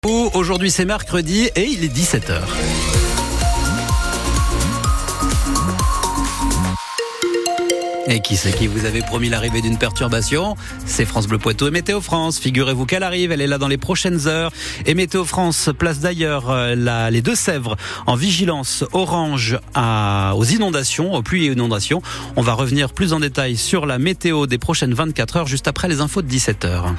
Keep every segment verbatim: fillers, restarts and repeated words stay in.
Aujourd'hui c'est mercredi et il est dix-sept heures. Et qui c'est qui vous avait promis l'arrivée d'une perturbation? C'est France Bleu Poitou et Météo France. Figurez-vous qu'elle arrive, elle est là dans les prochaines heures. Et Météo France place d'ailleurs la, les Deux-Sèvres en vigilance orange à, aux inondations, aux pluies et inondations. On va revenir plus en détail sur la météo des prochaines vingt-quatre heures juste après les infos de dix-sept heures.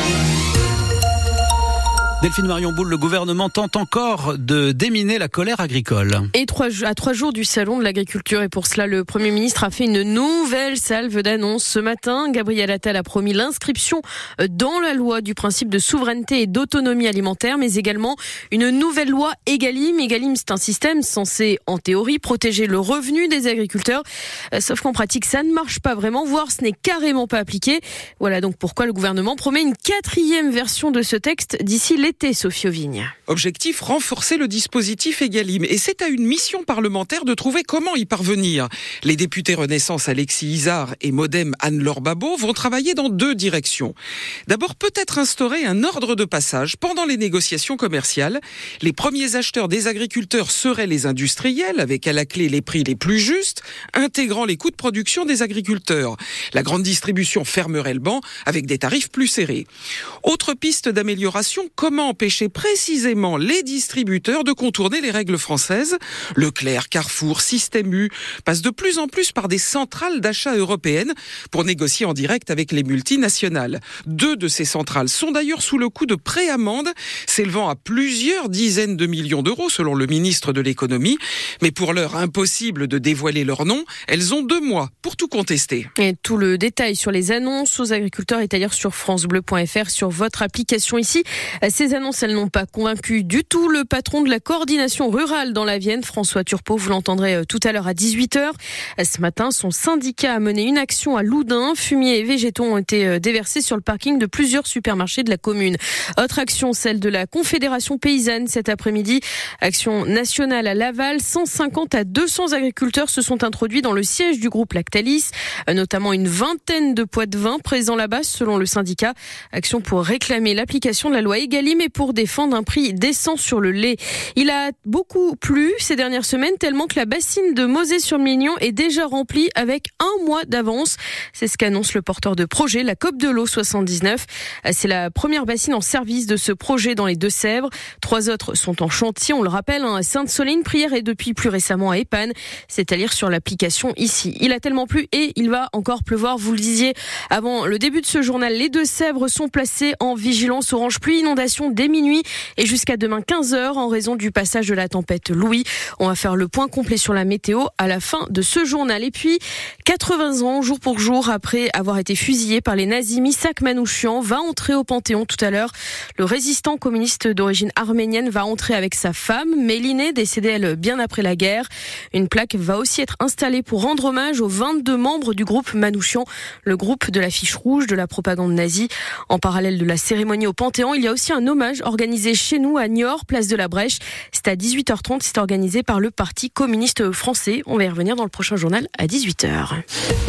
Delphine Marion Boule, le gouvernement tente encore de déminer la colère agricole. Et trois, à trois jours du salon de l'agriculture, et pour cela, le Premier ministre a fait une nouvelle salve d'annonces. Ce matin, Gabriel Attal a promis l'inscription dans la loi du principe de souveraineté et d'autonomie alimentaire, mais également une nouvelle loi Egalim. Egalim, c'est un système censé, en théorie, protéger le revenu des agriculteurs. Sauf qu'en pratique, ça ne marche pas vraiment, voire ce n'est carrément pas appliqué. Voilà donc pourquoi le gouvernement promet une quatrième version de ce texte d'ici l'été. Sophie Auvigne. Objectif, renforcer le dispositif Egalim. Et c'est à une mission parlementaire de trouver comment y parvenir. Les députés Renaissance Alexis Isard et Modem Anne-Laure Babot vont travailler dans deux directions. D'abord, peut-être instaurer un ordre de passage pendant les négociations commerciales. Les premiers acheteurs des agriculteurs seraient les industriels, avec à la clé les prix les plus justes, intégrant les coûts de production des agriculteurs. La grande distribution fermerait le banc avec des tarifs plus serrés. Autre piste d'amélioration, comment empêcher précisément les distributeurs de contourner les règles françaises. Leclerc, Carrefour, Système U passent de plus en plus par des centrales d'achat européennes pour négocier en direct avec les multinationales. Deux de ces centrales sont d'ailleurs sous le coup de préamendes s'élevant à plusieurs dizaines de millions d'euros selon le ministre de l'économie. Mais pour l'heure, impossible de dévoiler leur nom. Elles ont deux mois pour tout contester. Et tout le détail sur les annonces aux agriculteurs est d'ailleurs sur francebleu point fr, sur votre application ici. Ces annonces, elles n'ont pas convaincu du tout le patron de la coordination rurale dans la Vienne, François Turpot. Vous l'entendrez tout à l'heure à dix-huit heures. Ce matin, son syndicat a mené une action à Loudun. Fumier et végétaux ont été déversés sur le parking de plusieurs supermarchés de la commune. Autre action, celle de la Confédération paysanne cet après-midi. Action nationale à Laval. cent cinquante à deux cents agriculteurs se sont introduits dans le siège du groupe Lactalis, notamment une vingtaine de poids de vin présents là-bas selon le syndicat. Action pour réclamer l'application de la loi Egalim et pour défendre un prix décent sur le lait. Il a beaucoup plu ces dernières semaines, tellement que la bassine de Mosée-sur-Mignon est déjà remplie avec un mois d'avance. C'est ce qu'annonce le porteur de projet, la Coop de l'eau soixante-dix-neuf. C'est la première bassine en service de ce projet dans les Deux-Sèvres. Trois autres sont en chantier, on le rappelle, à Sainte-Soline, Prière et depuis plus récemment à Épanne. C'est à lire sur l'application ici. Il a tellement plu et il va encore pleuvoir. Vous le disiez avant le début de ce journal, les Deux-Sèvres sont placés en vigilance orange pluie inondation dès minuit et jusqu'à demain quinze heures en raison du passage de la tempête Louis. On va faire le point complet sur la météo à la fin de ce journal. Et puis, quatre-vingts ans, jour pour jour, après avoir été fusillé par les nazis, Misak Manouchian va entrer au Panthéon tout à l'heure. Le résistant communiste d'origine arménienne va entrer avec sa femme, Mélinée, décédée elle bien après la guerre. Une plaque va aussi être installée pour rendre hommage aux vingt-deux membres du groupe Manouchian, le groupe de l'affiche rouge de la propagande nazie. En parallèle de la cérémonie au Panthéon, il y a aussi un hommage organisé chez nous à Niort, place de la Brèche. C'est à dix-huit heures trente, c'est organisé par le Parti communiste français. On va y revenir dans le prochain journal à dix-huit heures.